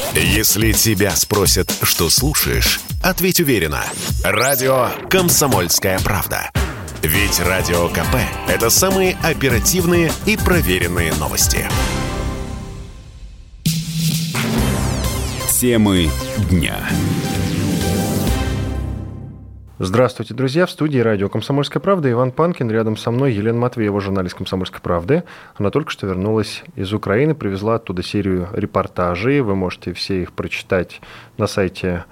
Если тебя спросят, что слушаешь, ответь уверенно. Радио «Комсомольская правда». Ведь Радио КП – это самые оперативные и проверенные новости. Темы дня. Здравствуйте, друзья. В студии радио «Комсомольская правда» Иван Панкин. Рядом со мной Елена Матвеева, журналист «Комсомольской правды». Она только что вернулась из Украины, привезла оттуда серию репортажей. Вы можете все их прочитать на сайте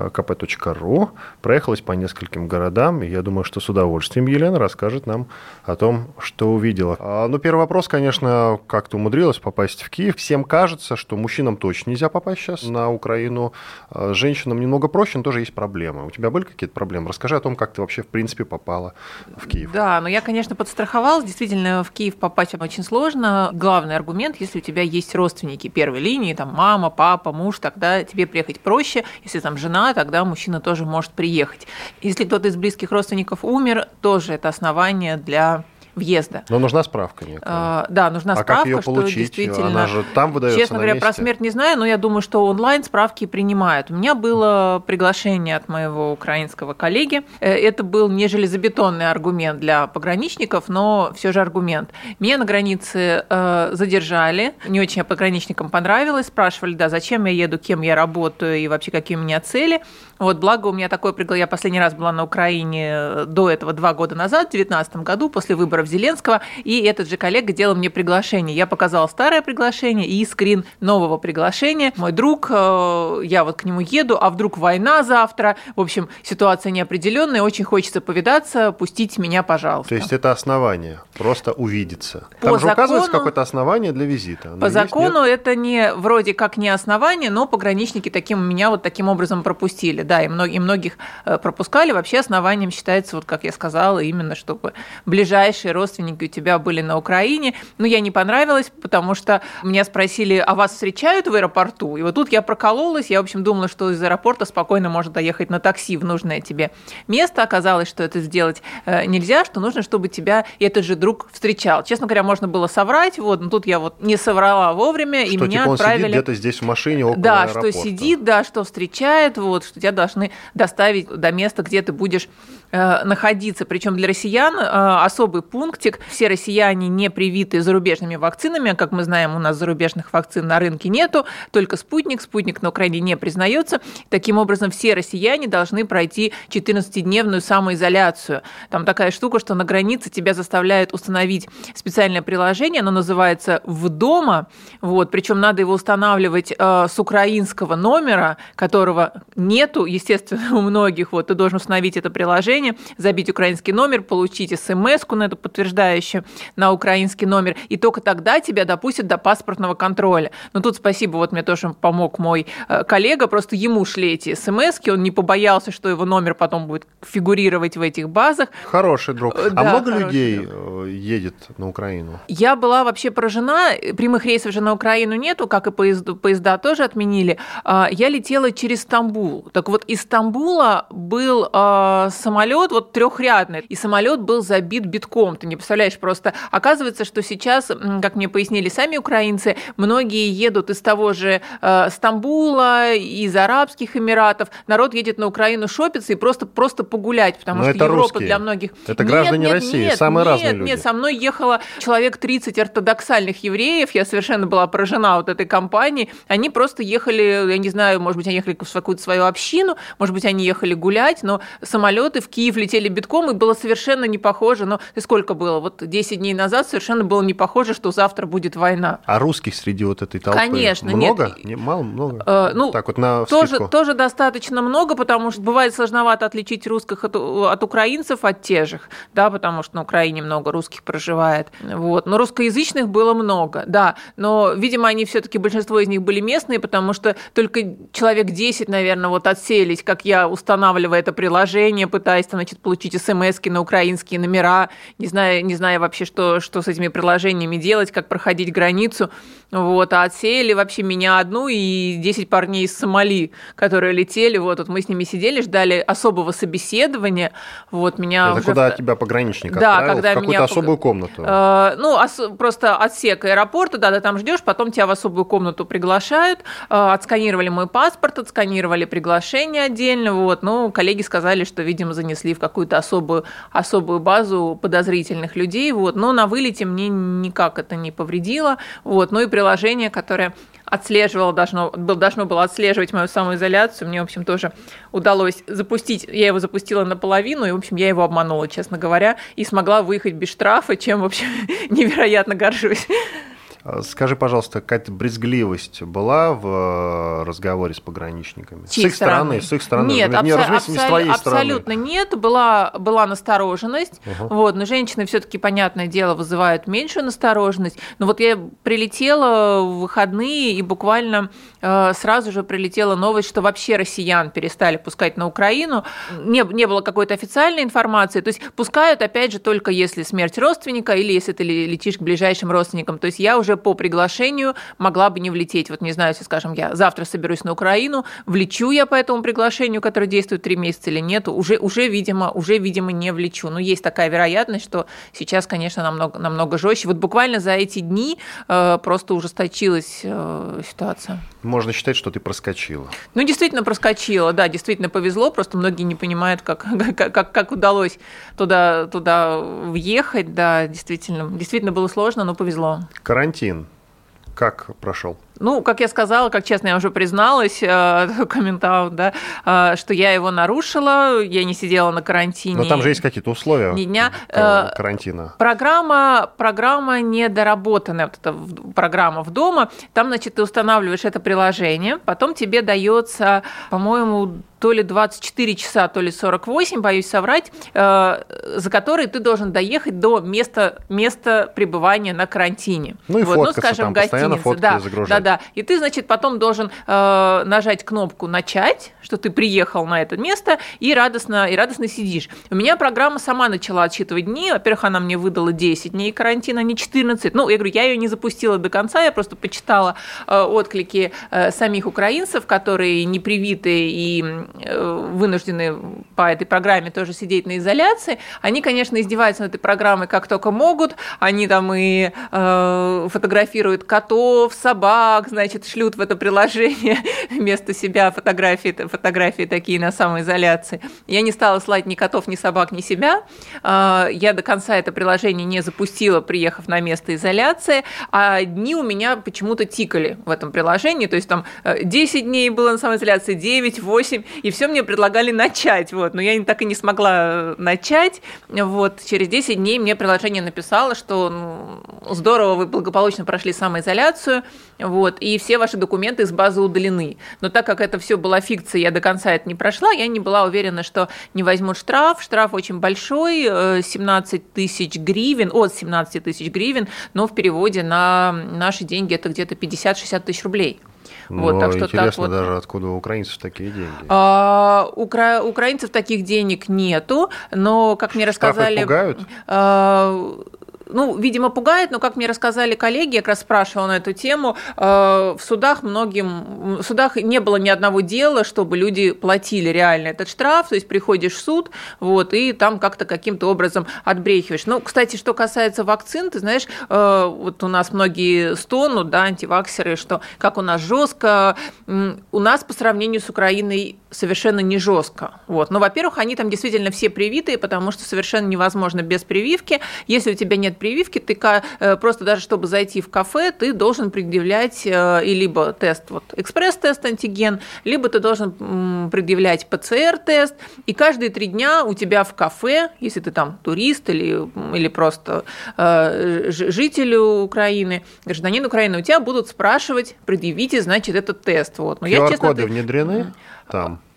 kp.ru. Проехалась по нескольким городам, и я думаю, что с удовольствием Елена расскажет нам о том, что увидела. Первый вопрос, конечно, как ты умудрилась попасть в Киев? Всем кажется, что мужчинам точно нельзя попасть сейчас на Украину, женщинам немного проще, но тоже есть проблемы. У тебя были какие-то проблемы? Расскажи о том, как ты вообще, в принципе, попала в Киев. Да, но я, конечно, подстраховалась. Действительно, в Киев попасть очень сложно. Главный аргумент, если у тебя есть родственники первой линии, там мама, папа, муж, тогда тебе приехать проще. Если там жена, тогда мужчина тоже может приехать. Если кто-то из близких родственников умер, тоже это основание для въезда. Но нужна справка некая. Да, нужна справка, как ее получить? Что действительно... Она же там выдается. Честно говоря, про смерть не знаю, но я думаю, что онлайн справки принимают. У меня было приглашение от моего украинского коллеги. Это был не железобетонный аргумент для пограничников, но все же аргумент. Меня на границе задержали. Не очень пограничникам понравилось. Спрашивали, да, зачем я еду, кем я работаю и вообще какие у меня цели. Вот, благо у меня такое приглашение. Я последний раз была на Украине до этого 2 года назад, в 2019 году, после выборов Зеленского, и этот же коллега делал мне приглашение. Я показала старое приглашение и скрин нового приглашения. Мой друг, я вот к нему еду, а вдруг война завтра? В общем, ситуация неопределенная, очень хочется повидаться, пустите меня, пожалуйста. То есть это основание, просто увидеться. Там же указывается какое-то основание для визита. По закону это не вроде как не основание, но пограничники меня вот таким образом пропустили. Да, и многих пропускали. Вообще основанием считается, вот как я сказала, именно чтобы ближайшие родственники у тебя были на Украине. Но я не понравилась, потому что меня спросили, а вас встречают в аэропорту? И вот тут я прокололась. Я, в общем, думала, что из аэропорта спокойно можно доехать на такси в нужное тебе место. Оказалось, что это сделать нельзя, что нужно, чтобы тебя этот же друг встречал. Честно говоря, можно было соврать, вот, но тут я вот не соврала вовремя, что, и меня он отправили... сидит где-то здесь в машине около Да, аэропорта. что сидит, да, что встречает, вот, что тебя должны доставить до места, где ты будешь находиться. Причем для россиян особый пунктик. Все россияне не привиты зарубежными вакцинами. Как мы знаем, у нас зарубежных вакцин на рынке нету, только Спутник. Спутник на Украине не признается. Таким образом, все россияне должны пройти 14-дневную самоизоляцию. Там такая штука, что на границе тебя заставляют установить специальное приложение, оно называется «Вдома». Вот, причем надо его устанавливать с украинского номера, которого нету, естественно, у многих. Вот, ты должен установить это приложение, забить украинский номер, получить смс-ку на это подтверждающую на украинский номер, и только тогда тебя допустят до паспортного контроля. Но тут спасибо, вот мне тоже помог мой коллега, просто ему шли эти смс-ки, он не побоялся, что его номер потом будет фигурировать в этих базах. Хороший друг. Да, много людей едет на Украину? Я была вообще поражена. Прямых рейсов же на Украину нету, как и поезда тоже отменили. Я летела через Стамбул. Так вот, из Стамбула был самолет вот трехрядный, и самолет был забит битком. Ты не представляешь, просто оказывается, что сейчас, как мне пояснили сами украинцы, многие едут из того же Стамбула, из Арабских Эмиратов. Народ едет на Украину шопиться и просто погулять, потому что Европа русские. Для многих... Это граждане России, самые разные люди. Нет, со мной ехало человек 30 ортодоксальных евреев, я совершенно была поражена вот этой компанией. Они просто ехали, я не знаю, может быть, они ехали в какую-то свою общину, может быть, они ехали гулять, но самолеты в Киев летели битком, и было совершенно не похоже, но сколько было? Вот 10 дней назад совершенно было не похоже, что завтра будет война. А русских среди вот этой толпы конечно, много? Нет. Мало, много? Так вот на вскидку. Тоже достаточно много, потому что бывает сложновато отличить русских от украинцев, от тех же, да, потому что на Украине много русских проживает. Вот. Но русскоязычных было много, да. Но, видимо, они все-таки, большинство из них были местные, потому что только человек 10, наверное, вот отселись, как я, устанавливая это приложение, пытаясь там, значит, получить смс-ки на украинские номера, не зная вообще, что с этими приложениями делать, как проходить границу. Вот, а отсеяли вообще меня одну и 10 парней из Сомали, которые летели. Вот мы с ними сидели, ждали особого собеседования. Вот, меня это уже... куда тебя пограничник отправил? Когда в какую-то особую комнату? Просто отсек аэропорта, ты там ждешь, потом тебя в особую комнату приглашают. Отсканировали мой паспорт, отсканировали приглашение отдельно. Вот, коллеги сказали, что, видимо, занесли в какую-то особую базу подозрительных людей. Вот, но на вылете мне никак это не повредило. Вот, и приложение, которое должно было отслеживать мою самоизоляцию. Мне, в общем, тоже удалось запустить. Я его запустила наполовину, и, в общем, я его обманула, честно говоря, и смогла выехать без штрафа, чем, в общем, невероятно горжусь. Скажи, пожалуйста, какая-то брезгливость была в разговоре с пограничниками? С их стороны? С их стороны. Нет, не с твоей абсолютно стороны. Нет. Была настороженность. Но женщины все-таки, понятное дело, вызывают меньшую настороженность. Но вот я прилетела в выходные, и буквально сразу же прилетела новость, что вообще россиян перестали пускать на Украину. Не было какой-то официальной информации. То есть пускают, опять же, только если смерть родственника или если ты летишь к ближайшим родственникам. То есть я уже по приглашению могла бы не влететь. Вот не знаю, если, скажем, я завтра соберусь на Украину, влечу я по этому приглашению, которое действует 3 месяца или нет, уже, видимо, не влечу. Но есть такая вероятность, что сейчас, конечно, намного жестче. Вот буквально за эти дни просто ужесточилась ситуация. Можно считать, что ты проскочила. Действительно проскочила, да, действительно повезло, просто многие не понимают, как удалось туда въехать, да, действительно было сложно, но повезло. Карантин как прошел? Как я сказала, как честно, я уже призналась, комментарий, да, что я его нарушила, я не сидела на карантине. Но там же есть какие-то условия карантина. Программа недоработанная, вот эта программа в дома. Там, значит, ты устанавливаешь это приложение, потом тебе дается, по-моему, то ли 24 часа, то ли 48, боюсь соврать, за которые ты должен доехать до места пребывания на карантине. И фоткаться скажем, там, постоянно фотки загружать. Да. И ты, значит, потом должен нажать кнопку «Начать», что ты приехал на это место, и радостно сидишь. У меня программа сама начала отсчитывать дни. Во-первых, она мне выдала 10 дней карантина, а не 14. Я говорю, я ее не запустила до конца, я просто почитала отклики самих украинцев, которые не привиты и вынуждены по этой программе тоже сидеть на изоляции. Они, конечно, издеваются над этой программой как только могут. Они там и фотографируют котов, собак, значит, шлют в это приложение вместо себя фотографии такие на самоизоляции. Я не стала слать ни котов, ни собак, ни себя. Я до конца это приложение не запустила, приехав на место изоляции, а дни у меня почему-то тикали в этом приложении. То есть там 10 дней было на самоизоляции, 9, 8, и все мне предлагали начать. Но я так и не смогла начать. Через 10 дней мне приложение написало, что здорово, вы благополучно прошли самоизоляцию, и все ваши документы из базы удалены. Но так как это все была фикция, я до конца это не прошла, я не была уверена, что не возьмут штраф. Штраф очень большой, 17 тысяч гривен, от 17 тысяч гривен, но в переводе на наши деньги это где-то 50-60 тысяч рублей. Так что интересно даже, откуда у украинцев такие деньги. Украинцев таких денег нету, но, как мне рассказали... Штрафы пугают? Видимо, пугает, но, как мне рассказали коллеги, я как раз спрашивала на эту тему, в судах не было ни одного дела, чтобы люди платили реально этот штраф, то есть приходишь в суд, и там как-то каким-то образом отбрехиваешь. Кстати, что касается вакцин, ты знаешь, у нас многие стонут, антиваксеры, что как у нас жестко, у нас по сравнению с Украиной совершенно не жестко. Но, во-первых, они там действительно все привитые, потому что совершенно невозможно без прививки. Если у тебя нет прививки, ты просто даже чтобы зайти в кафе, ты должен предъявлять либо тест, экспресс-тест антиген, либо ты должен предъявлять ПЦР-тест, и каждые 3 дня у тебя в кафе, если ты там турист или просто житель Украины, гражданин Украины, у тебя будут спрашивать, предъявите, значит, этот тест. QR-коды внедрены там?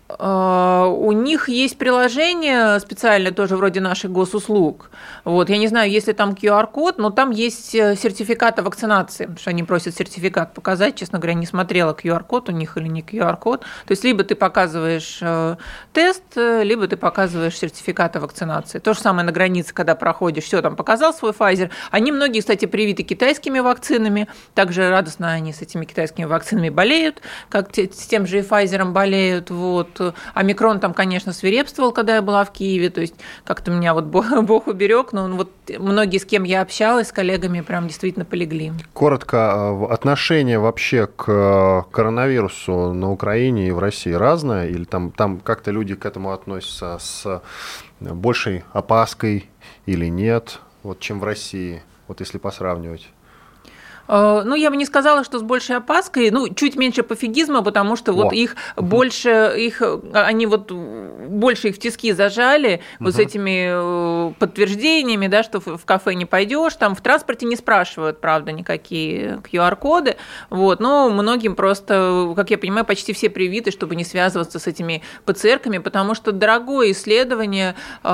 У них есть приложение специальное, тоже вроде наших госуслуг. Вот. Я не знаю, есть ли там QR-код, но там есть сертификат о вакцинации, потому что они просят сертификат показать. Честно говоря, не смотрела, QR-код у них или не QR-код. То есть либо ты показываешь тест, либо ты показываешь сертификат о вакцинации. То же самое на границе, когда проходишь, все, там показал свой Pfizer. Они многие, кстати, привиты китайскими вакцинами. Также радостно они с этими китайскими вакцинами болеют, как с тем же и Pfizer болеют. Вот. Омикрон там, конечно, свирепствовал, когда я была в Киеве, то есть как-то меня вот Бог уберег, но вот многие, с кем я общалась, с коллегами, прям действительно полегли. Коротко, отношение вообще к коронавирусу на Украине и в России разное? Или там как-то люди к этому относятся с большей опаской или нет, вот, чем в России, вот если посравнивать? Ну, я бы не сказала, что с большей опаской, чуть меньше пофигизма, потому что вот их больше, они вот больше их в тиски зажали вот с этими подтверждениями, да, что в кафе не пойдешь, там в транспорте не спрашивают, правда, никакие QR-коды, вот, но многим просто, как я понимаю, почти все привиты, чтобы не связываться с этими ПЦР-ками, потому что дорогое исследование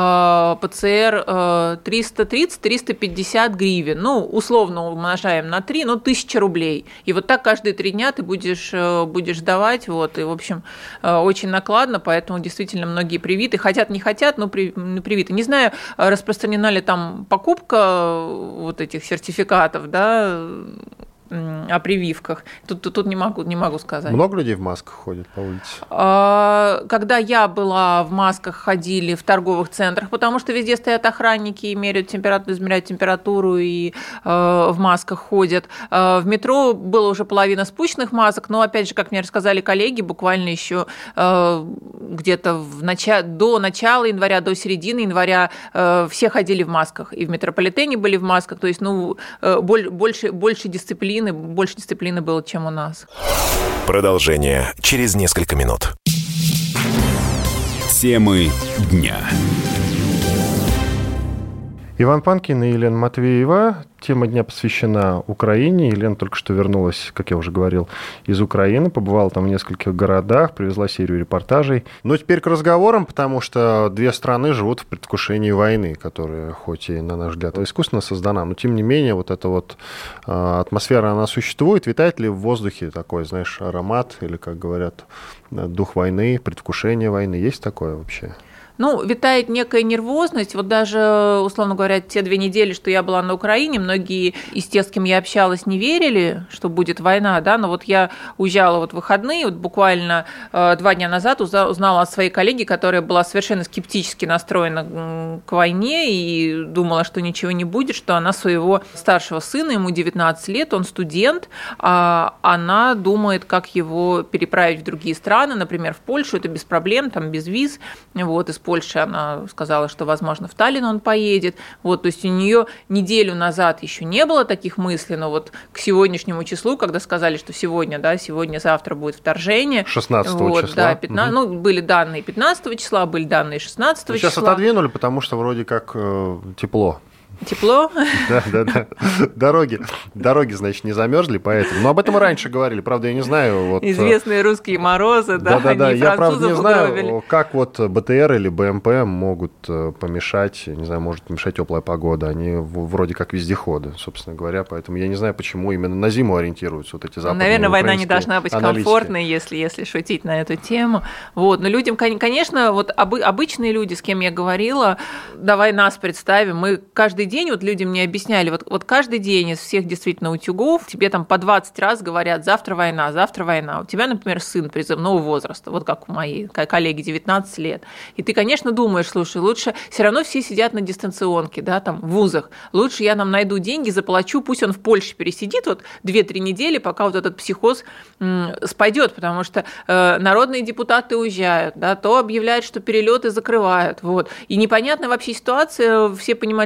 ПЦР 330-350 гривен, условно умножаем на 3, 1000 рублей. И вот так каждые 3 дня ты будешь давать, вот, и, в общем, очень накладно, поэтому действительно многие привиты, хотят, не хотят, но привиты. Не знаю, распространена ли там покупка вот этих сертификатов, да, о прививках. Тут не могу сказать. Много людей в масках ходят по улице? Когда я была, в масках ходили в торговых центрах, потому что везде стоят охранники, измеряют температуру и в масках ходят. В метро было уже половина спущенных масок, но, опять же, как мне рассказали коллеги, буквально еще где-то до начала января, до середины января все ходили в масках. И в метрополитене были в масках. То есть, больше дисциплины было, чем у нас. Продолжение через несколько минут. Темы дня. Иван Панкин и Елена Матвеева. Тема дня посвящена Украине. Елена только что вернулась, как я уже говорил, из Украины, побывала там в нескольких городах, привезла серию репортажей. Но теперь к разговорам, потому что две страны живут в предвкушении войны, которая, хоть и, на наш взгляд, искусственно создана, но тем не менее вот эта вот атмосфера, она существует. Витает ли в воздухе такой, знаешь, аромат, или, как говорят, дух войны, предвкушение войны? Есть такое вообще? Витает некая нервозность. Вот даже, условно говоря, те 2 недели, что я была на Украине, многие из тех, с кем я общалась, не верили, что будет война, да, но вот я уезжала в выходные, вот буквально 2 дня назад узнала от своей коллеги, которая была совершенно скептически настроена к войне и думала, что ничего не будет, что она своего старшего сына, ему 19 лет, он студент, а она думает, как его переправить в другие страны, например, в Польшу, это без проблем, там без виз, вот, из Польши она сказала, что, возможно, в Таллин он поедет. Вот, то есть у нее неделю назад еще не было таких мыслей, но вот к сегодняшнему числу, когда сказали, что сегодня-завтра будет вторжение. 16 вот, числа. Да, были данные 15 числа, были данные 16 числа. Сейчас отодвинули, потому что вроде как тепло. Тепло? Да. Дороги, значит, не замерзли, поэтому. Но об этом мы раньше говорили, правда, я не знаю. Известные русские морозы, да, Да, они я, правда, не знаю, угробили. как вот БТР или БМП могут помешать, не знаю, может помешать теплая погода. Они вроде как вездеходы, собственно говоря, поэтому я не знаю, почему именно на зиму ориентируются вот эти западные. Наверное, война не должна быть аналитики. комфортной, если шутить на эту тему. Вот. Но людям, конечно, вот обычные люди, с кем я говорила, давай нас представим, мы каждый день, вот люди мне объясняли, вот каждый день из всех действительно утюгов тебе там по 20 раз говорят: завтра война, завтра война. У тебя, например, сын призывного возраста, вот как у моей коллеги, 19 лет. И ты, конечно, думаешь, слушай, лучше все равно все сидят на дистанционке, да, там в вузах. Лучше я нам найду деньги, заплачу, пусть он в Польше пересидит вот 2-3 недели, пока вот этот психоз спадет, потому что народные депутаты уезжают, да, то объявляют, что перелеты закрывают. Вот. И непонятная вообще ситуация, все понимают, что может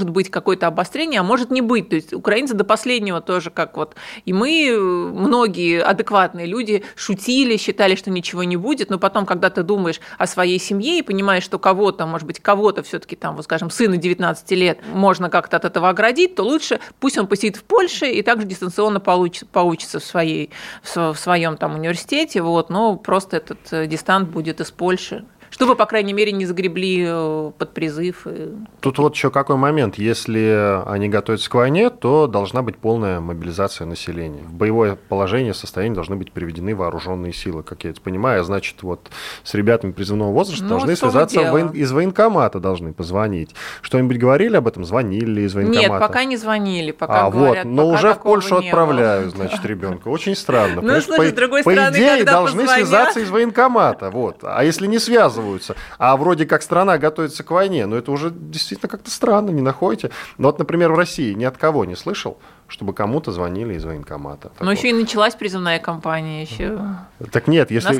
может быть какое-то обострение, а может не быть. То есть украинцы до последнего тоже как вот и мы, многие адекватные люди шутили, считали, что ничего не будет, но потом, когда ты думаешь о своей семье и понимаешь, что кого-то, может быть, кого-то все-таки там, вот скажем, сына 19 лет можно как-то от этого оградить, то лучше пусть он посидит в Польше и также дистанционно поучится в своем там университете, вот, но просто этот дистант будет из Польши. Чтобы, по крайней мере, не загребли под призыв. Тут вот еще какой момент. Если они готовятся к войне, то должна быть полная мобилизация населения. В боевое положение, состояние должны быть приведены вооруженные силы, как я это понимаю. Значит, вот с ребятами призывного возраста должны связаться из военкомата, должны позвонить. Что-нибудь говорили об этом? Звонили из военкомата? Нет, пока не звонили. Пока говорят, вот, но уже в Польшу отправляют, значит, ребенка. Очень странно. Ну, слушай, с другой стороны, по идее, должны связаться из военкомата. Вот. А если не связываются, а вроде как страна готовится к войне, но это уже действительно как-то странно, не находите? Но вот, например, в России ни от кого не слышал, чтобы кому-то звонили из военкомата. Но еще и началась призывная кампания. Еще. Так нет, если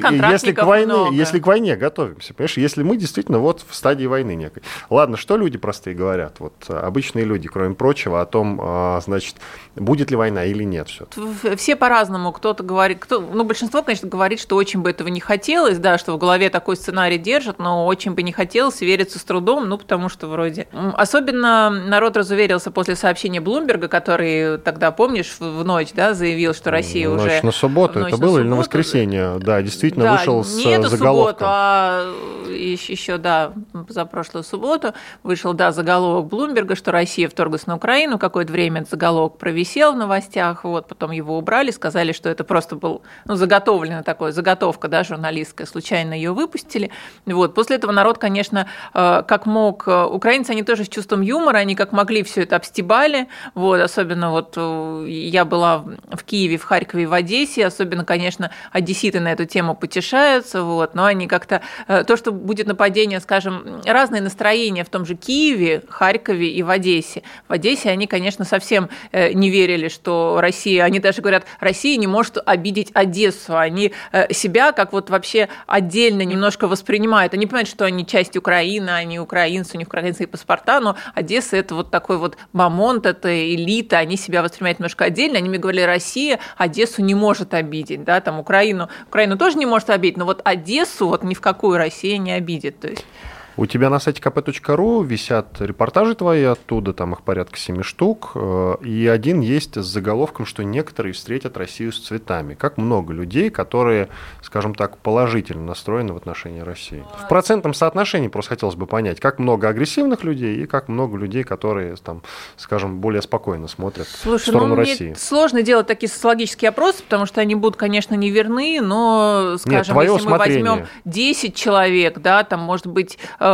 к войне готовимся, понимаешь, если мы действительно вот в стадии войны некой. Ладно, что люди простые говорят, вот обычные люди, кроме прочего, о том, значит, будет ли война или нет. Все по-разному. Кто-то говорит, большинство, конечно, говорит, что очень бы этого не хотелось, да, что в голове такой сценарий держат, но очень бы не хотелось, верится с трудом, потому что вроде... Особенно народ разуверился после сообщения Блумберга, который тогда, помнишь, в ночь, да, заявил, что Россия уже... Ночь на субботу, это было, или на воскресенье? Да, действительно, вышел с заголовком. Не субботу, а еще, да, за прошлую субботу вышел, да, заголовок Блумберга, что Россия вторглась на Украину. Какое-то время этот заголовок провисел в новостях, вот, потом его убрали, сказали, что это просто был, заготовлено такое, заготовка, да, журналистская, случайно ее выпустили. Вот. После этого народ, конечно, как мог... Украинцы, они тоже с чувством юмора, они как могли все это обстебали, вот, особенно вот я была в Киеве, в Харькове, в Одессе, особенно, конечно, одесситы на эту тему потешаются, вот, но они как-то... То, что будет нападение, скажем, разные настроения в том же Киеве, Харькове и в Одессе. В Одессе они, конечно, совсем не верили, что Россия... Они даже говорят, Россия не может обидеть Одессу. Они себя как вот вообще отдельно немножко воспринимают. Они понимают, что они часть Украины, они украинцы, у них украинские паспорта, но Одесса – это вот такой вот мамонт, это элита, они себя воспринимают немножко отдельно. Они мне говорили, Россия Одессу не может обидеть, да, там Украину тоже не может обидеть, но вот Одессу вот ни в какую Россия не обидит. То есть... У тебя на сайте kp.ru висят репортажи твои оттуда, там их порядка 7 штук, и один есть с заголовком, что некоторые встретят Россию с цветами. Как много людей, которые, скажем так, положительно настроены в отношении России. В процентном соотношении просто хотелось бы понять, как много агрессивных людей и как много людей, которые, там, скажем, более спокойно смотрят в сторону России. Мне сложно делать такие социологические опросы, потому что они будут, конечно, неверны, но, скажем, если мы возьмем 10 человек, да, там, может быть,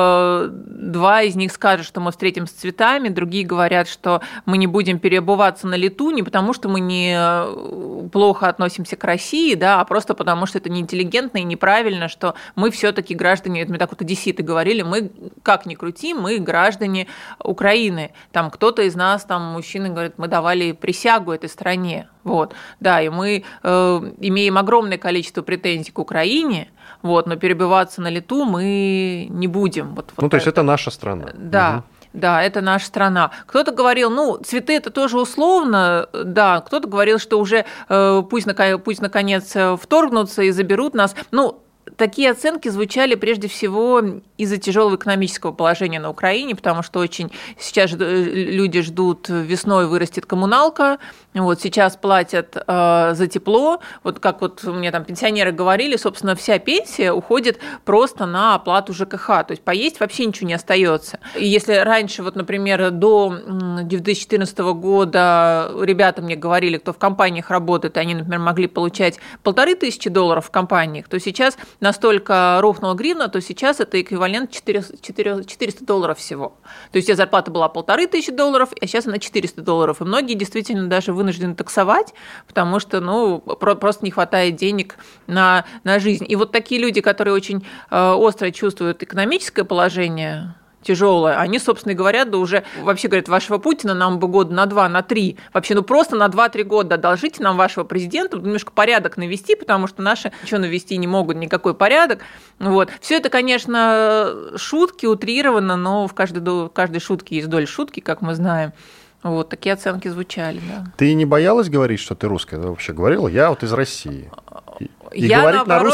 2 из них скажут, что мы встретим с цветами, другие говорят, что мы не будем переобуваться на лету не потому, что мы не плохо относимся к России, да, а просто потому, что это неинтеллигентно и неправильно, что мы все-таки граждане, это мне так вот одесситы говорили, мы, как ни крути, мы граждане Украины. Там кто-то из нас, там мужчины говорят, мы давали присягу этой стране. Вот, да, и мы имеем огромное количество претензий к Украине, вот, но перебиваться на лету мы не будем. То есть это наша страна. Да. Угу. Да, это наша страна. Кто-то говорил, цветы это тоже условно, да, кто-то говорил, что уже пусть наконец вторгнутся и заберут нас. Такие оценки звучали прежде всего из-за тяжелого экономического положения на Украине, потому что очень сейчас люди ждут, весной вырастет коммуналка, вот сейчас платят за тепло, вот как вот мне там пенсионеры говорили, собственно, вся пенсия уходит просто на оплату ЖКХ, то есть поесть вообще ничего не остается. И если раньше, вот, например, до 2014 года ребята мне говорили, кто в компаниях работает, они, например, могли получать $1500 в компаниях, то сейчас настолько рухнула гривна, то сейчас это эквивалент $400 всего. То есть зарплата была $1500, а сейчас она $400. И многие действительно даже вынуждены таксовать, потому что просто не хватает денег на жизнь. И вот такие люди, которые очень остро чувствуют экономическое положение тяжелая. Они, собственно, и говорят, да уже вообще говорят, вашего Путина нам бы года на 2, на 3, вообще, просто на 2-3 года одолжите нам вашего президента, немножко порядок навести, потому что наши ничего навести не могут, никакой порядок. Вот. Все это, конечно, шутки, утрировано, но в каждой шутке есть доля шутки, как мы знаем. Вот такие оценки звучали, да. Ты не боялась говорить, что ты русская? Ты вообще говорила, я вот из России. И я, говорить наоборот...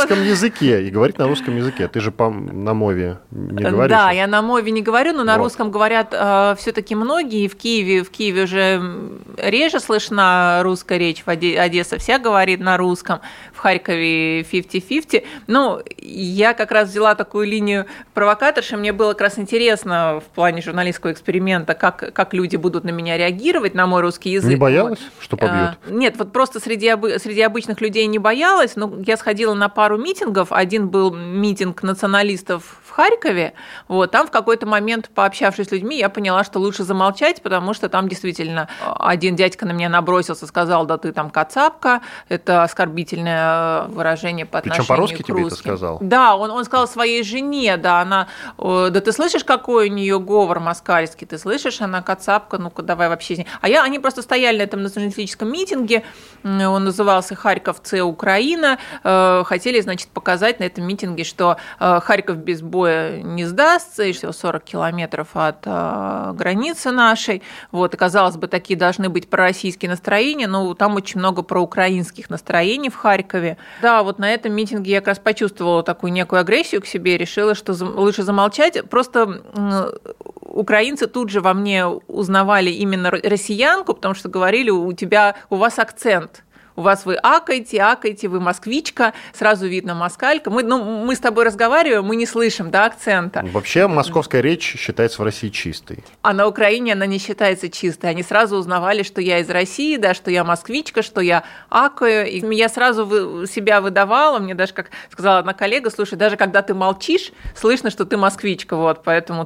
на русском языке. Ты же на мове не говоришь. Да, я на мове не говорю, но на русском говорят все-таки многие. В Киеве уже реже слышна русская речь, Одесса вся говорит на русском, в Харькове 50-50. Ну, я как раз взяла такую линию провокаторши, мне было как раз интересно в плане журналистского эксперимента, как люди будут на меня реагировать, на мой русский язык. Не боялась, что побьют? Нет, вот просто среди обычных людей не боялась, но я сходила на пару митингов. Один был митинг националистов в Харькове. Вот, там в какой-то момент, пообщавшись с людьми, я поняла, что лучше замолчать, потому что там действительно один дядька на меня набросился, сказал, да ты там кацапка. Это оскорбительное выражение по отношению к русским. Причем по-русски тебе это сказал? Да, он сказал своей жене, да, да ты слышишь, какой у нее говор москальский, ты слышишь, она кацапка, ну-ка давай вообще. Они просто стояли на этом националистическом митинге, он назывался «Харьковцы Украина», хотели, значит, показать на этом митинге, что Харьков без боя не сдастся, и всего 40 километров от границы нашей. Вот, и, казалось бы, такие должны быть пророссийские настроения, но там очень много проукраинских настроений в Харькове. Да, вот на этом митинге я как раз почувствовала такую некую агрессию к себе, решила, что лучше замолчать. Просто украинцы тут же во мне узнавали именно россиянку, потому что говорили, у вас акцент. У вас вы акаете, вы москвичка, сразу видно москалька. Мы с тобой разговариваем, мы не слышим, да, акцента. Вообще московская речь считается в России чистой. А на Украине она не считается чистой. Они сразу узнавали, что я из России, да, что я москвичка, что я акаю. И я сразу себя выдавала. Мне даже, как сказала одна коллега, слушай, даже когда ты молчишь, слышно, что ты москвичка, вот, поэтому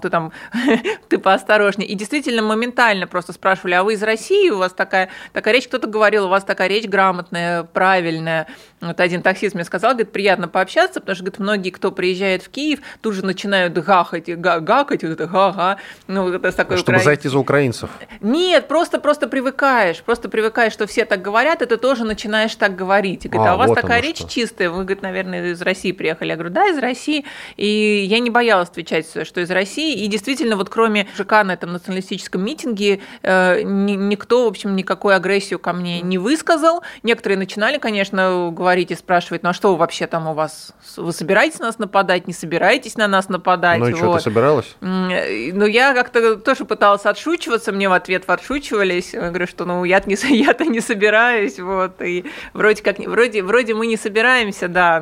ты поосторожнее. И действительно моментально просто спрашивали, а вы из России, у вас такая речь? Кто-то говорил, у вас такая речь грамотная, правильная. Вот один таксист мне сказал, говорит, приятно пообщаться, потому что, говорит, многие, кто приезжает в Киев, тут же начинают гакать, вот это га-га. Ну, это такой чтобы зайти за украинцев. Нет, просто привыкаешь, что все так говорят, и ты тоже начинаешь так говорить. И говорит, а у вас такая речь чистая, вы, говорит, наверное, из России приехали. Я говорю, да, из России. И я не боялась отвечать, что из России. И действительно, вот кроме ЖК на этом националистическом митинге, никто, в общем, никакой агрессию ко мне не высказал. Некоторые начинали, конечно, говорить и спрашивать, ну а что вообще там у вас? Вы собираетесь на нас нападать, не собираетесь на нас нападать? Ну и что, ты собиралась? Ну я как-то тоже пыталась отшучиваться, мне в ответ отшучивались. Я говорю, что я-то не собираюсь, вот, и вроде мы не собираемся, да,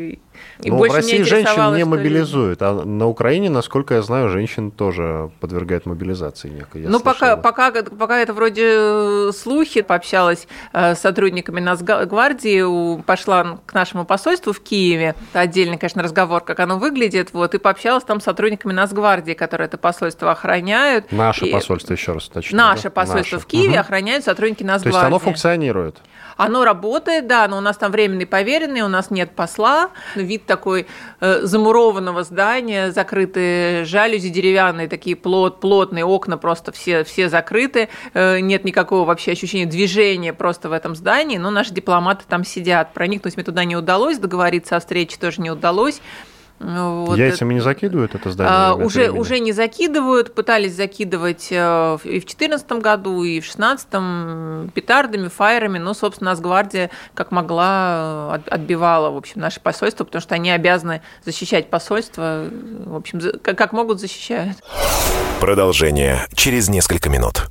и в России женщин не мобилизуют, а на Украине, насколько я знаю, женщин тоже подвергают мобилизации некой. Пока это вроде слухи. Пообщалась с сотрудниками Нацгвардии, пошла к нашему посольству в Киеве. Это отдельный, конечно, разговор, как оно выглядит. Вот, и пообщалась там с сотрудниками Нацгвардии, которые это посольство охраняют. Наше посольство, еще раз уточню. Наше посольство в Киеве охраняют сотрудники Нацгвардии. То есть оно функционирует? Оно работает, да, но у нас там временный поверенный, у нас нет посла. Вид такой замурованного здания, закрытые жалюзи деревянные, такие плотные окна, просто все закрыты. Нет никакого вообще ощущения движения просто в этом здании, но наши дипломаты там сидят. Проникнуть мне туда не удалось, договориться о встрече тоже не удалось. Вот яйцами не закидывают это здание? Уже не закидывают, пытались закидывать и в 2014 году, и в 2016 петардами, фаерами, но, собственно, Нацгвардия как могла отбивала, в общем, наше посольство, потому что они обязаны защищать посольство, в общем, как могут, защищают. Продолжение через несколько минут.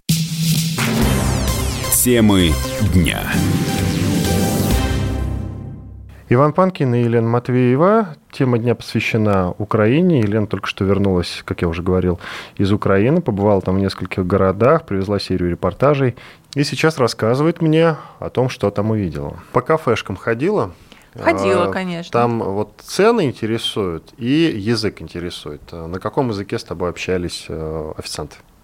Темы дня. Иван Панкин и Елена Матвеева. Тема дня посвящена Украине. Елена только что вернулась, как я уже говорил, из Украины, побывала там в нескольких городах, привезла серию репортажей и сейчас рассказывает мне о том, что там увидела. По кафешкам ходила? Ходила, конечно. Там вот цены интересуют и язык интересует. На каком языке с тобой общались официанты?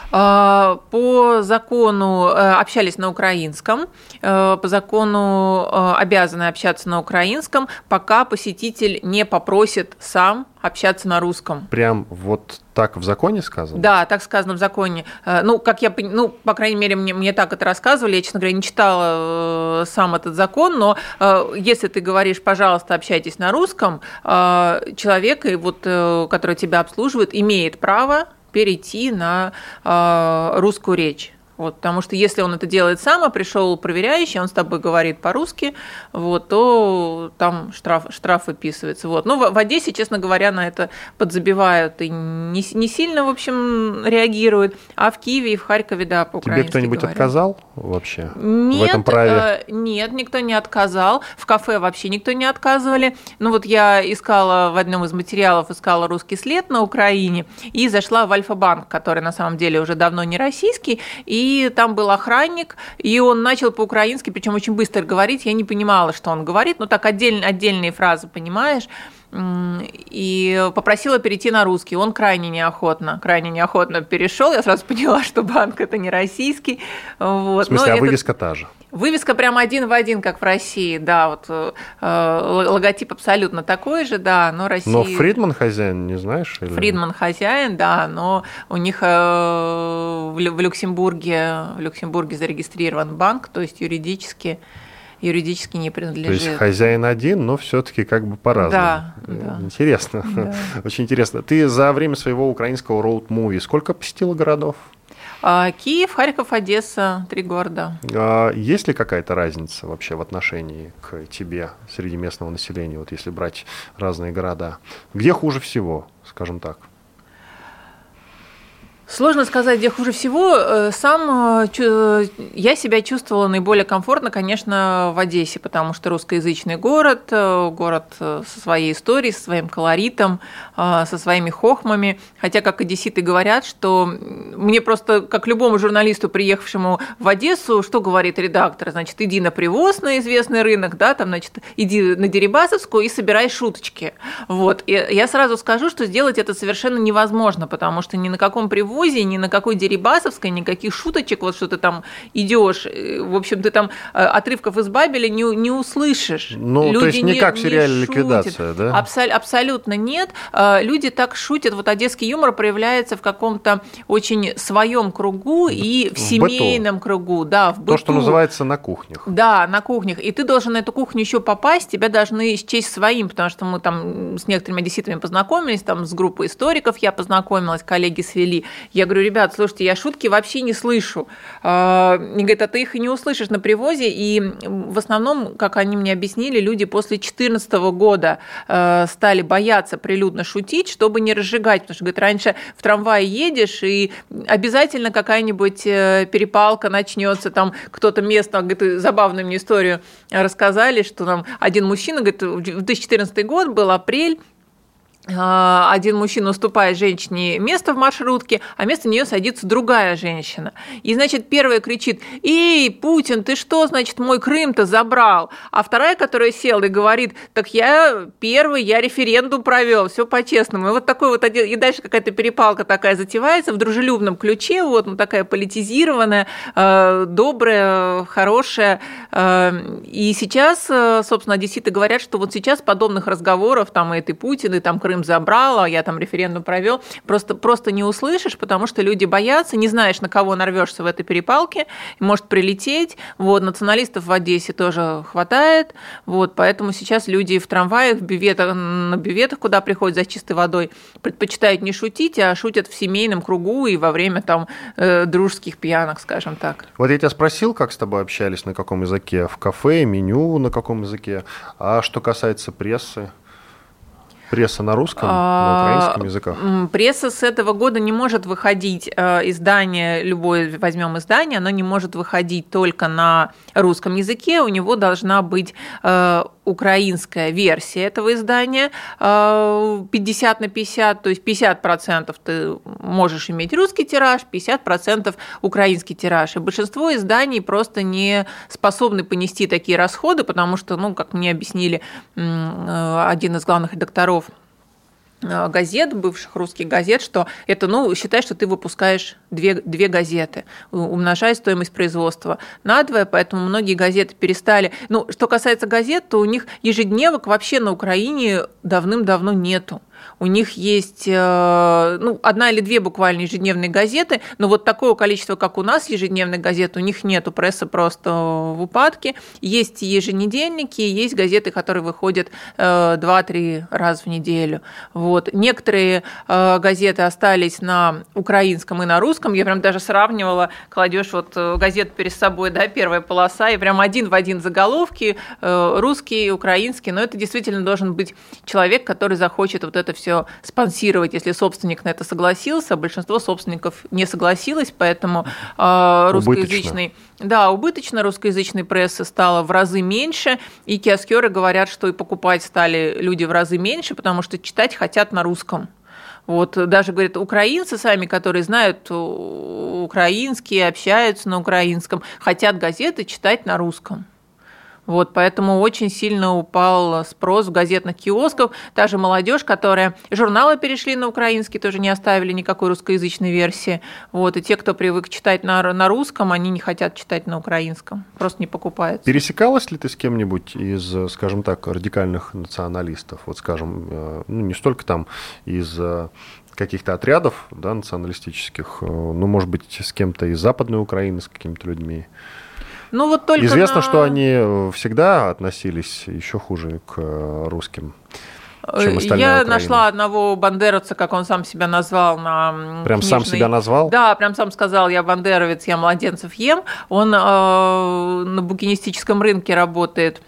По закону общались на украинском, по закону обязаны общаться на украинском, пока посетитель не попросит сам общаться на русском. Прям вот так в законе сказано? Да, так сказано в законе. По крайней мере, мне так это рассказывали. Я, честно говоря, не читала сам этот закон, но если ты говоришь, пожалуйста, общайтесь на русском, человек, который тебя обслуживает, имеет право перейти на русскую речь. Потому что если он это делает сам, а пришел проверяющий, он с тобой говорит по-русски, то там штраф выписывается. Но в Одессе, честно говоря, на это подзабивают и не сильно, в общем, реагируют. А в Киеве и в Харькове, да, по-украински Тебе кто-нибудь говорят. Отказал вообще в этом праве? Нет, никто не отказал. В кафе вообще никто не отказывали. Я искала в одном из материалов, русский след на Украине и зашла в Альфа-банк, который на самом деле уже давно не российский, и там был охранник, и он начал по-украински, причем очень быстро говорить, я не понимала, что он говорит, так отдельные фразы понимаешь, и попросила перейти на русский. Он крайне неохотно перешел. Я сразу поняла, что банк это не российский. В смысле, вывеска та же? Вывеска прям один в один, как в России, да, логотип абсолютно такой же, да, но Россия... Но Фридман хозяин, не знаешь? Или... Фридман хозяин, да, но у них в Люксембурге зарегистрирован банк, то есть юридически не принадлежит. То есть хозяин один, но все-таки по-разному. Да. Интересно, да. Очень интересно. Ты за время своего украинского роуд-муви сколько посетила городов? Киев, Харьков, Одесса, 3 города. Есть ли какая-то разница вообще в отношении к тебе среди местного населения, если брать разные города? Где хуже всего, скажем так? Сложно сказать, где хуже всего. Я себя чувствовала наиболее комфортно, конечно, в Одессе, потому что русскоязычный город со своей историей, со своим колоритом, со своими хохмами. Хотя, как одесситы говорят, что мне просто, как любому журналисту, приехавшему в Одессу, что говорит редактор? Значит, иди на Привоз, на известный рынок, да, иди на Дерибасовскую и собирай шуточки. И я сразу скажу, что сделать это совершенно невозможно, потому что ни на каком Привозе, ни на какой Дерибасовской, никаких шуточек, что ты там идешь, в общем, ты там отрывков из Бабеля не услышишь. Люди то есть не как в сериале «Ликвидация», да? Абсолютно нет. Люди так шутят. Одесский юмор проявляется в каком-то очень своем кругу и в семейном кругу, да, в быту. То, что называется на кухнях. Да, на кухнях. И ты должен на эту кухню еще попасть, тебя должны счесть своим, потому что мы там с некоторыми одесситами познакомились, там с группой историков я познакомилась, коллеги свели. Я говорю, ребят, слушайте, я шутки вообще не слышу. Мне говорят, а ты их и не услышишь на Привозе. И в основном, как они мне объяснили, люди после 2014 года стали бояться прилюдно шутить, чтобы не разжигать. Потому что, говорят, раньше в трамвае едешь, и обязательно какая-нибудь перепалка начнется. Там кто-то местно, говорит, забавную мне историю рассказали, что нам один мужчина, говорит, 2014 год был апрель, один мужчина уступает женщине место в маршрутке, а вместо нее садится другая женщина. И, значит, первая кричит: «Эй, Путин, ты что, значит, мой Крым-то забрал?» А вторая, которая села и говорит: «Так я первый, я референдум провел, все по-честному». И и дальше какая-то перепалка такая затевается в дружелюбном ключе, такая политизированная, добрая, хорошая. И сейчас, собственно, одесситы говорят, что сейчас подобных разговоров, там, и ты Путин, и там Крым забрал, а я там референдум провел, просто не услышишь, потому что люди боятся, не знаешь, на кого нарвешься в этой перепалке, может прилететь. Националистов в Одессе тоже хватает, поэтому сейчас люди в трамваях, на бюветах, куда приходят за чистой водой, предпочитают не шутить, а шутят в семейном кругу и во время там дружеских пьянок, скажем так. Я тебя спросил, как с тобой общались, на каком языке, в кафе, меню на каком языке, а что касается прессы? Пресса на русском, на украинском языках? Пресса с этого года не может выходить, издание, любое возьмем издание, оно не может выходить только на русском языке, у него должна быть украинская версия этого издания 50/50, то есть 50% ты можешь иметь русский тираж, 50% украинский тираж. И большинство изданий просто не способны понести такие расходы, потому что, как мне объяснили один из главных редакторов газет, бывших русских газет, что это, считай, что ты выпускаешь две газеты, умножая стоимость производства надвое, поэтому многие газеты перестали. Что касается газет, то у них ежедневок вообще на Украине давным-давно нету. У них есть одна или две буквально ежедневные газеты, но вот такого количества, как у нас ежедневных газет, у них нету, пресса просто в упадке. Есть еженедельники, есть газеты, которые выходят 2-3 раза в неделю. Вот. Некоторые газеты остались на украинском и на русском. Я прям даже сравнивала, кладешь газету перед собой, да, первая полоса, и прям один в один заголовки, русский, украинский. Но это действительно должен быть человек, который захочет вот это все спонсировать, если собственник на это согласился. Большинство собственников не согласилось, поэтому русскоязычный... Да, убыточно русскоязычной прессы стало в разы меньше, и киоскеры говорят, что и покупать стали люди в разы меньше, потому что читать хотят на русском. Вот даже, говорят, украинцы сами, которые знают украинский, общаются на украинском, хотят газеты читать на русском. Вот, поэтому очень сильно упал спрос в газетных киосках. Та же молодежь, которая... Журналы перешли на украинский, тоже не оставили никакой русскоязычной версии. Вот, и те, кто привык читать на русском, они не хотят читать на украинском. Просто не покупают. Пересекалась ли ты с кем-нибудь из, скажем так, радикальных националистов? Вот, скажем, не столько там из каких-то отрядов, да, националистических, но, может быть, с кем-то из Западной Украины, с какими-то людьми? Только известно, что они всегда относились еще хуже к русским, чем остальная Украина. Я нашла одного бандеровца, как он сам себя назвал, на Прям книжной... сам себя назвал? Да, прям сам сказал: я бандеровец, я младенцев ем. Он на букинистическом рынке работает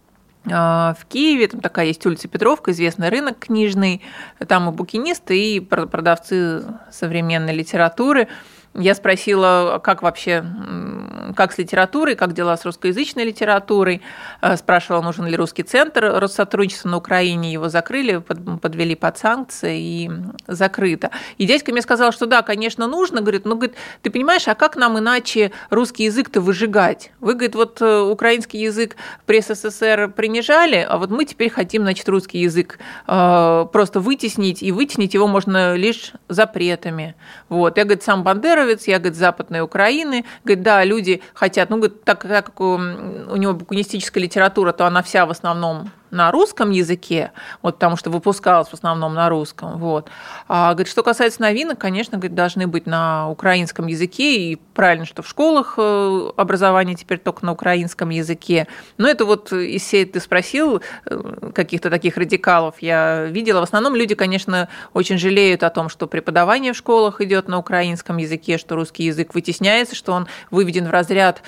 в Киеве, там такая есть улица Петровка, известный рынок книжный, там и букинисты, и продавцы современной литературы. Я спросила, как вообще, как с литературой, как дела с русскоязычной литературой. Спрашивала, нужен ли русский центр Россотрудничества на Украине. Его закрыли, подвели под санкции и закрыто. И дядька мне сказал, что да, конечно, нужно. Говорит, ты понимаешь, а как нам иначе русский язык-то выжигать? Вы, говорит, украинский язык при СССР принижали, а вот мы теперь хотим, значит, русский язык просто вытеснить, и вытеснить его можно лишь запретами. Вот. Я, говорит, сам бандеровец, я, говорит, Западной Украины. Говорит, да, люди хотят, говорит, так как у него букинистическая литература, то она вся в основном на русском языке, вот, потому что выпускалась в основном на русском. Вот. А, говорит, что касается новинок, конечно, говорит, должны быть на украинском языке, и правильно, что в школах образование теперь только на украинском языке. Но это из всей, ты спросил, каких-то таких радикалов я видела. В основном люди, конечно, очень жалеют о том, что преподавание в школах идет на украинском языке, что русский язык вытесняется, что он выведен в разряд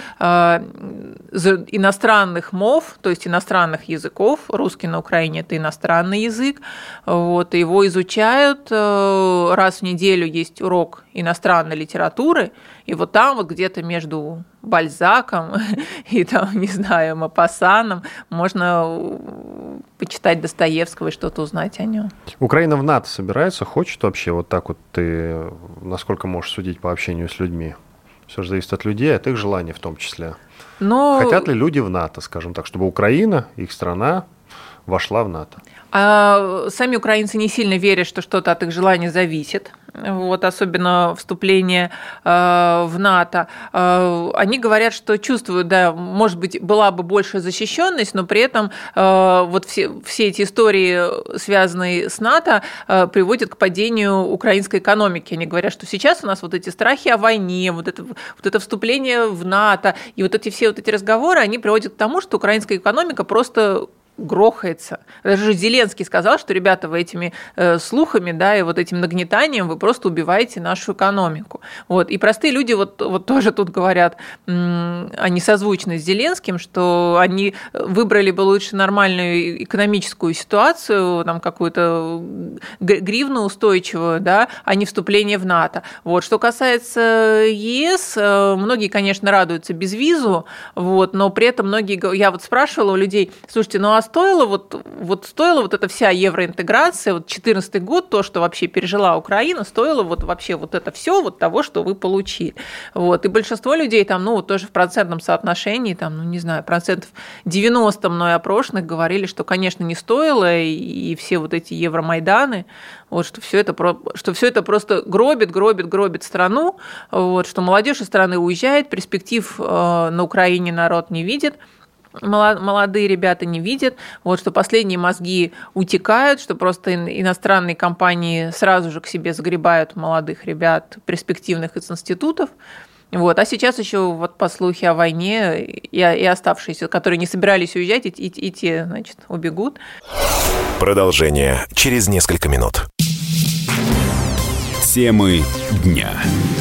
иностранных мов, то есть иностранных языков. Русский на Украине – это иностранный язык. Вот, его изучают. Раз в неделю есть урок иностранной литературы, и вот там вот где-то между Бальзаком и, там, не знаю, Мопассаном можно почитать Достоевского и что-то узнать о нем. Украина в НАТО собирается? Хочет вообще? Вот так вот ты, насколько можешь судить по общению с людьми? Все же зависит от людей, от их желаний в том числе. Хотят ли люди в НАТО, скажем так, чтобы Украина, их страна, вошла в НАТО? Сами украинцы не сильно верят, что что-то от их желания зависит. Вот, особенно вступление в НАТО. Они говорят, что чувствуют, да, может быть, была бы большая защищенность, но при этом вот все эти истории, связанные с НАТО, приводят к падению украинской экономики. Они говорят, что сейчас у нас вот эти страхи о войне, вот это вступление в НАТО, и все эти разговоры, они приводят к тому, что украинская экономика просто грохается. Даже Зеленский сказал, что, ребята, вы этими слухами, да, и вот этим нагнетанием вы просто убиваете нашу экономику. Вот. И простые люди вот тоже тут говорят, они созвучны с Зеленским, что они выбрали бы лучше нормальную экономическую ситуацию, там какую-то гривну устойчивую, да, а не вступление в НАТО. Вот. Что касается ЕС, многие, конечно, радуются безвизу, вот, но при этом многие, я вот спрашивала у людей, слушайте, ну а стоила вот эта вся евроинтеграция, 2014 год, то, что вообще пережила Украина, стоило вообще это все того, что вы получили. И большинство людей там, тоже в процентном соотношении, там, не знаю, 90% мной опрошенных говорили, что, конечно, не стоило, и все эти Евромайданы, что все это просто гробит страну, что молодежь из страны уезжает, перспектив на Украине народ не видит, молодые ребята не видят, что последние мозги утекают, что просто иностранные компании сразу же к себе загребают молодых ребят, перспективных из институтов. А сейчас еще по слухи о войне и оставшиеся, которые не собирались уезжать, и те, значит, убегут. Продолжение через несколько минут. Темы дня.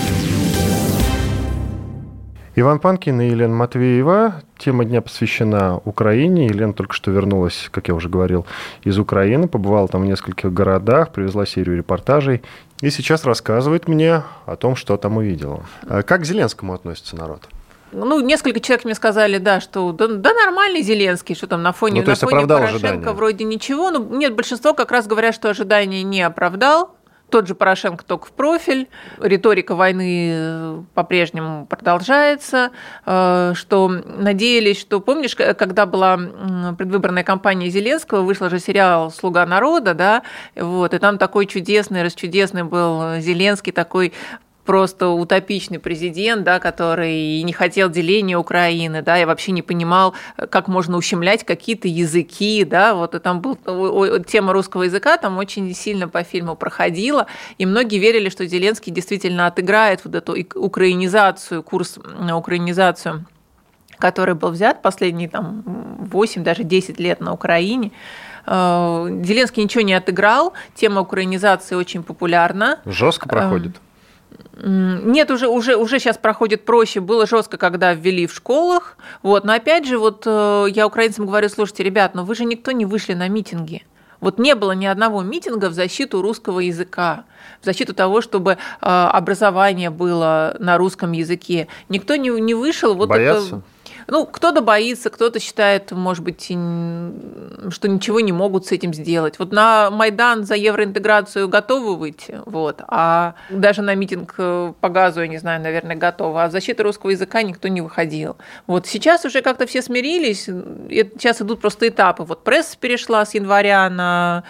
Иван Панкин и Елена Матвеева. Тема дня посвящена Украине. Елена только что вернулась, как я уже говорил, из Украины, побывала там в нескольких городах, привезла серию репортажей и сейчас рассказывает мне о том, что там увидела. Как к Зеленскому относится народ? Несколько человек мне сказали, что да нормальный Зеленский, что там на фоне Порошенко ожидания. Вроде ничего. Нет, большинство как раз говорят, что ожидания не оправдал. Тот же Порошенко только в профиль, риторика войны по-прежнему продолжается, что надеялись, что, помнишь, когда была предвыборная кампания Зеленского, вышел же сериал «Слуга народа», да, и там такой расчудесный был Зеленский, такой просто утопичный президент, да, который не хотел деления Украины, да, и вообще не понимал, как можно ущемлять какие-то языки, да, и там тема русского языка там очень сильно по фильму проходила, и многие верили, что Зеленский действительно отыграет эту украинизацию, курс на украинизацию, который был взят последние 8, даже 10 лет на Украине. Зеленский ничего не отыграл, тема украинизации очень популярна. Жестко проходит. Нет, уже сейчас проходит проще. Было жестко, когда ввели в школах. Но опять же, я украинцам говорю: слушайте, ребят, вы же никто не вышли на митинги. Не было ни одного митинга в защиту русского языка, в защиту того, чтобы образование было на русском языке. Никто не вышел. Боятся? Кто-то боится, кто-то считает, может быть, что ничего не могут с этим сделать. На Майдан за евроинтеграцию готовы выйти, а даже на митинг по газу, я не знаю, наверное, готовы, а в защиту русского языка никто не выходил. Сейчас уже как-то все смирились, сейчас идут просто этапы. Пресса перешла с января на,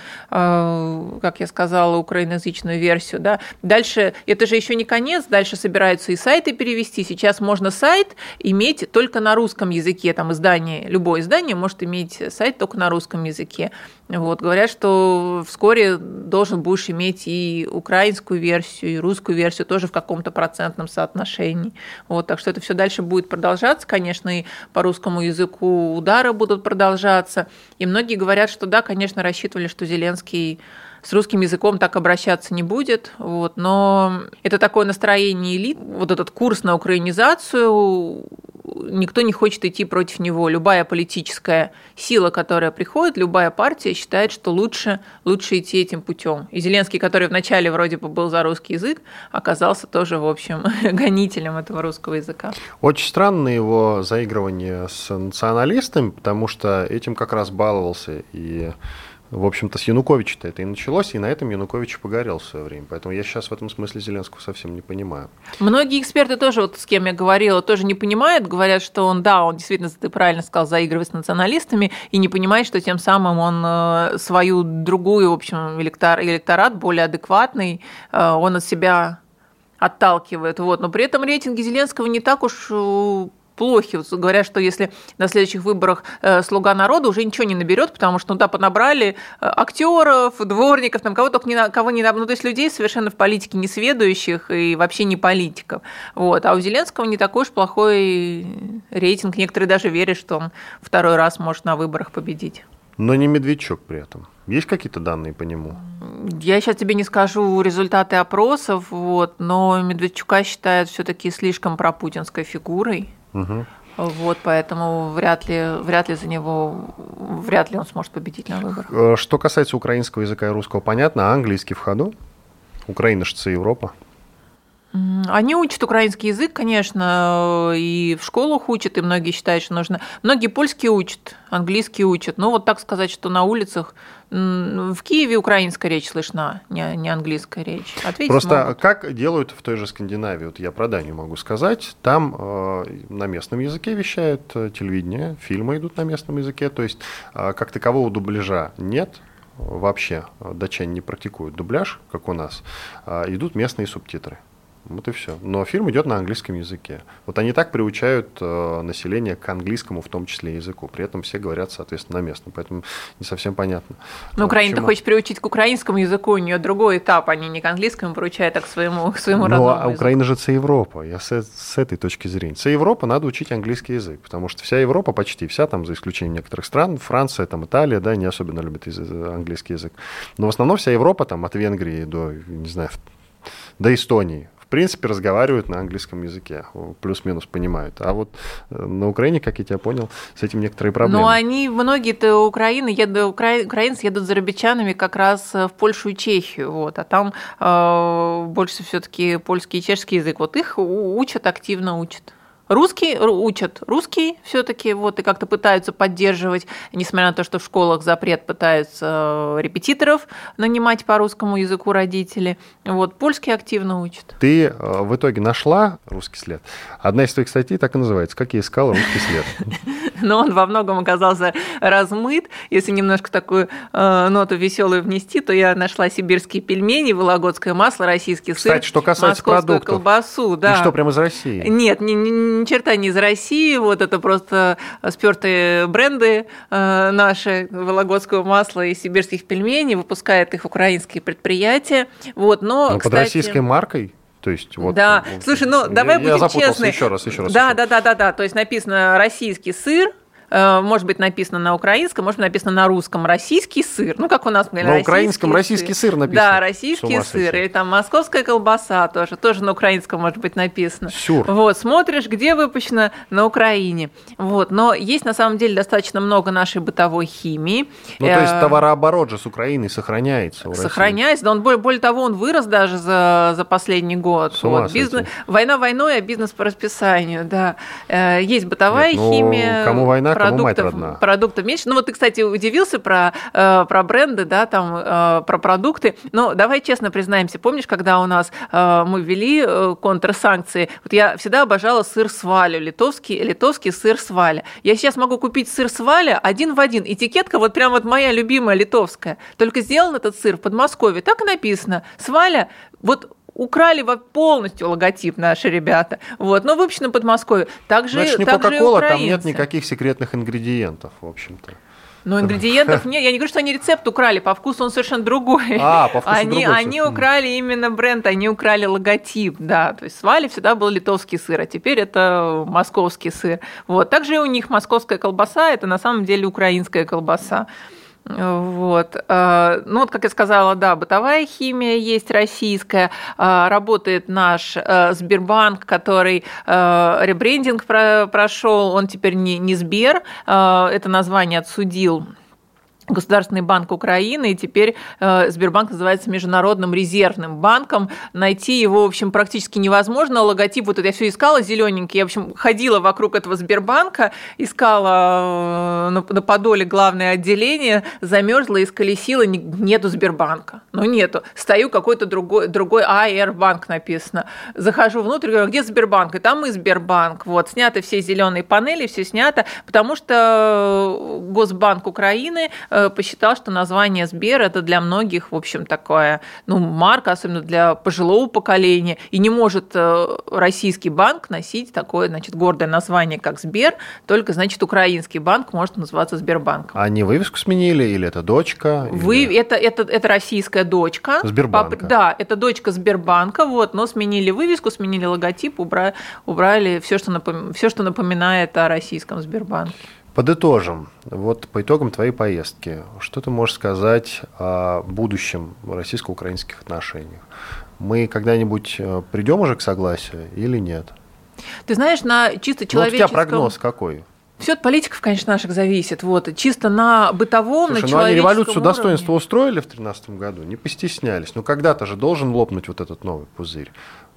как я сказала, украиноязычную версию. Да? Дальше, это же еще не конец, дальше собираются и сайты перевести. Сейчас можно сайт иметь только на русском языке, любое издание может иметь сайт только на русском языке. Говорят, что вскоре должен будешь иметь и украинскую версию, и русскую версию тоже в каком-то процентном соотношении. Так что это все дальше будет продолжаться, конечно, и по русскому языку удары будут продолжаться. И многие говорят, что да, конечно, рассчитывали, что Зеленский с русским языком так обращаться не будет, но это такое настроение элит, этот курс на украинизацию, никто не хочет идти против него. Любая политическая сила, которая приходит, любая партия считает, что лучше идти этим путем. И Зеленский, который вначале вроде бы был за русский язык, оказался тоже, в общем, гонителем этого русского языка. Очень странно его заигрывание с националистами, потому что этим как раз баловался и... В общем-то, с Януковича-то это и началось, и на этом Янукович погорел в свое время. Поэтому я сейчас в этом смысле Зеленского совсем не понимаю. Многие эксперты тоже, с кем я говорила, тоже не понимают, говорят, что он действительно, ты правильно сказал, заигрывает с националистами, и не понимает, что тем самым он свою другую, в общем, электорат, более адекватный, он от себя отталкивает. Но при этом рейтинги Зеленского не так уж плохи. Говорят, что если на следующих выборах «Слуга народа» уже ничего не наберет, потому что понабрали актеров, дворников, кого не то есть людей совершенно в политике несведущих и вообще не политиков. А у Зеленского не такой уж плохой рейтинг. Некоторые даже верят, что он второй раз может на выборах победить. Но не Медведчук при этом. Есть какие-то данные по нему? Я сейчас тебе не скажу результаты опросов, но Медведчука считают все-таки слишком пропутинской фигурой. Угу. Поэтому вряд ли он сможет победить на выборах. Что касается украинского языка и русского, понятно, а английский в ходу? Украина же Европа. Они учат украинский язык, конечно, и в школах учат, и многие считают, что нужно. Многие польский учат, английский учат. Но вот так сказать, что на улицах в Киеве украинская речь слышна, не английская речь. Ответить просто могут. как делают в той же Скандинавии, вот я про Данию могу сказать, там на местном языке вещают телевидение, фильмы идут на местном языке, то есть как такового дубляжа нет. Вообще датчане не практикуют дубляж, как у нас, идут местные субтитры. Вот и все. Но фильм идет на английском языке. Вот они так приучают население к английскому, в том числе языку. При этом все говорят, соответственно, на местном. Поэтому не совсем понятно. Но Украина-то хочет приучить к украинскому языку, у нее другой этап. Они не к английскому приучают, а к своему родному языку. Украина же це Европа. Я с этой точки зрения. Це Европа, надо учить английский язык. Потому что вся Европа, почти вся, там, за исключением некоторых стран, Франция, там, Италия, да, не особенно любит английский язык. Но в основном вся Европа, там, от Венгрии до, не знаю, до Эстонии, в принципе, разговаривают на английском языке, плюс-минус понимают. А вот на Украине, как я тебя понял, с этим некоторые проблемы. Но многие-то украинцы едут за зарубежанами как раз в Польшу и Чехию, вот, а там больше все-таки польский и чешский язык. Вот их активно учат. Учат русский все-таки, вот, и как-то пытаются поддерживать, несмотря на то, что в школах запрет, пытаются репетиторов нанимать по русскому языку родители. Вот, польский активно учат. Ты в итоге нашла русский след? Одна из твоих статей так и называется «Как я искала русский след». Но он во многом оказался размыт. Если немножко такую ноту веселую внести, то я нашла сибирские пельмени, вологодское масло, российский сыр, кстати, что касается московскую продуктов, колбасу. Да. И что, прямо из России? Нет, ни черта не из России. Вот это просто спёртые бренды наши, вологодского масла и сибирских пельменей. Выпускают их украинские предприятия. Вот, но, под российской маркой? То есть, вот, да, слушай, давай будем честны. Еще раз. Да. То есть написано российский сыр, может быть написано на украинском, может быть написано на русском российский сыр. Ну, как у нас говорили, на украинском российский сыр написано. Да, российский сыр. Или там московская колбаса тоже на украинском может быть написано. Сюр. Вот, смотришь, где выпущено на Украине. Вот, но есть на самом деле достаточно много нашей бытовой химии. Ну, то есть товарооборот же с Украиной сохраняется. Сохраняется, да, более того, он вырос даже за последний год. Вот, война войной, а бизнес по расписанию, да. Есть бытовая химия. Кому война, кому мать родна. Продуктов меньше. Ну, вот ты, кстати, удивился про бренды, да, там, про продукты. Но давай честно признаемся, помнишь, когда у нас мы ввели контрсанкции, вот я всегда обожала сыр сваля, литовский сыр сваля. Я сейчас могу купить сыр сваля один в один. Этикетка вот прям вот моя любимая литовская. Только сделан этот сыр в Подмосковье. Так и написано. Сваля, вот украли полностью логотип наши ребята. Вот, но выпущено в Подмосковье. Также не Кока-Кола, там нет никаких секретных ингредиентов, в общем-то. Но ингредиентов нет. Я не говорю, что они рецепт украли, по вкусу он совершенно другой. По вкусу другой. Они украли именно бренд, они украли логотип, да. То есть свали всегда был литовский сыр, а теперь это московский сыр. Вот. Также и у них московская колбаса, это на самом деле украинская колбаса. Вот. Ну, вот, как я сказала, да, бытовая химия есть российская, работает наш Сбербанк, который ребрендинг прошел, он теперь не Сбер, это название отсудил Государственный банк Украины, и теперь Сбербанк называется Международным резервным банком. Найти его, в общем, практически невозможно. Логотип, вот это я все искала зелененький. Я, в общем, ходила вокруг этого Сбербанка, искала на Подоле главное отделение, замерзла, исколесила, нету Сбербанка. Ну, нету. Стою, какой-то другой АР-банк написано. Захожу внутрь, говорю, где Сбербанк? И там и Сбербанк. Вот, сняты все зеленые панели, все снято, потому что Госбанк Украины посчитал, что название Сбер – это для многих, в общем, такая, марка, особенно для пожилого поколения, и не может российский банк носить такое, значит, гордое название, как Сбер, только, значит, украинский банк может называться Сбербанком. А они вывеску сменили, или это дочка? Это российская дочка. Сбербанка. Да, это дочка Сбербанка, вот, но сменили вывеску, сменили логотип, убрали все, что напоминает о российском Сбербанке. Подытожим. Вот по итогам твоей поездки, что ты можешь сказать о будущем российско-украинских отношениях? Мы когда-нибудь придем уже к согласию или нет? Ты знаешь, на чисто человеческом... у тебя прогноз какой? Все от политиков, конечно, наших зависит. Вот. Чисто на бытовом, на человеческом они революцию уровне. Достоинства устроили в 2013 году, не постеснялись. Но когда-то же должен лопнуть вот этот новый пузырь.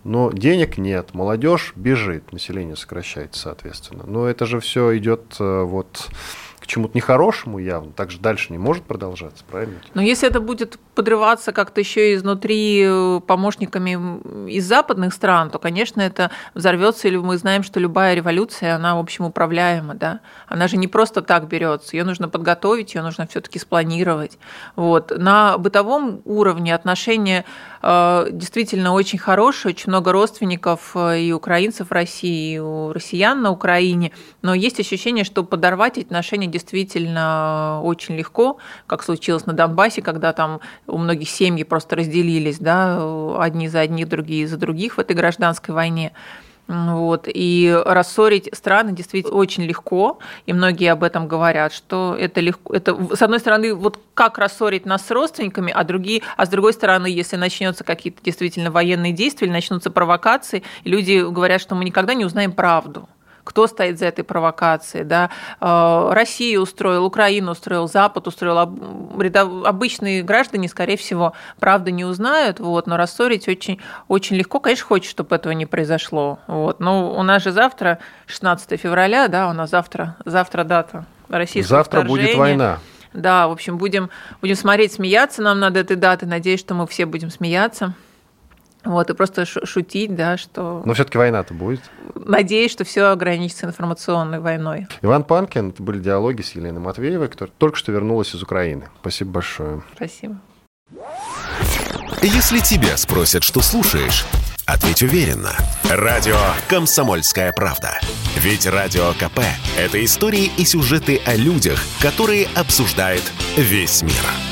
но денег нет, молодежь бежит, население сокращается, соответственно. Но это же все идет вот к чему-то нехорошему явно, так же дальше не может продолжаться, правильно? Но если это будет подрываться как-то еще изнутри помощниками из западных стран, то, конечно, это взорвется, или мы знаем, что любая революция, она, в общем, управляема, да. Она же не просто так берется, ее нужно подготовить, ее нужно все-таки спланировать. Вот. На бытовом уровне отношения действительно очень хорошие, очень много родственников и украинцев в России, и у россиян на Украине, но есть ощущение, что подорвать эти отношения действительно очень легко, как случилось на Донбассе, когда там у многих семьи просто разделились, да, одни за одних, другие за других в этой гражданской войне. Вот. И рассорить страны действительно очень легко, и многие об этом говорят, что это легко. Это, с одной стороны, вот как рассорить нас с родственниками, а с другой стороны, если начнутся какие-то действительно военные действия, или начнутся провокации, и люди говорят, что мы никогда не узнаем правду. Кто стоит за этой провокацией, да? Россия устроила, Украина устроила, Запад устроил. Обычные граждане, скорее всего, правды не узнают, вот, но рассорить очень, очень легко. Конечно, хочется, чтобы этого не произошло. Вот. Но у нас же завтра, 16 февраля, да, у нас завтра дата российского вторжения. Завтра будет война. Да, в общем, будем смотреть, смеяться нам над этой датой. Надеюсь, что мы все будем смеяться. Вот, и просто шутить, да, что... Но все-таки война-то будет. Надеюсь, что все ограничится информационной войной. Иван Панкин, это были диалоги с Еленой Матвеевой, которая только что вернулась из Украины. Спасибо большое. Спасибо. Если тебя спросят, что слушаешь, ответь уверенно. Радио «Комсомольская правда». Ведь Радио КП – это истории и сюжеты о людях, которые обсуждает весь мир.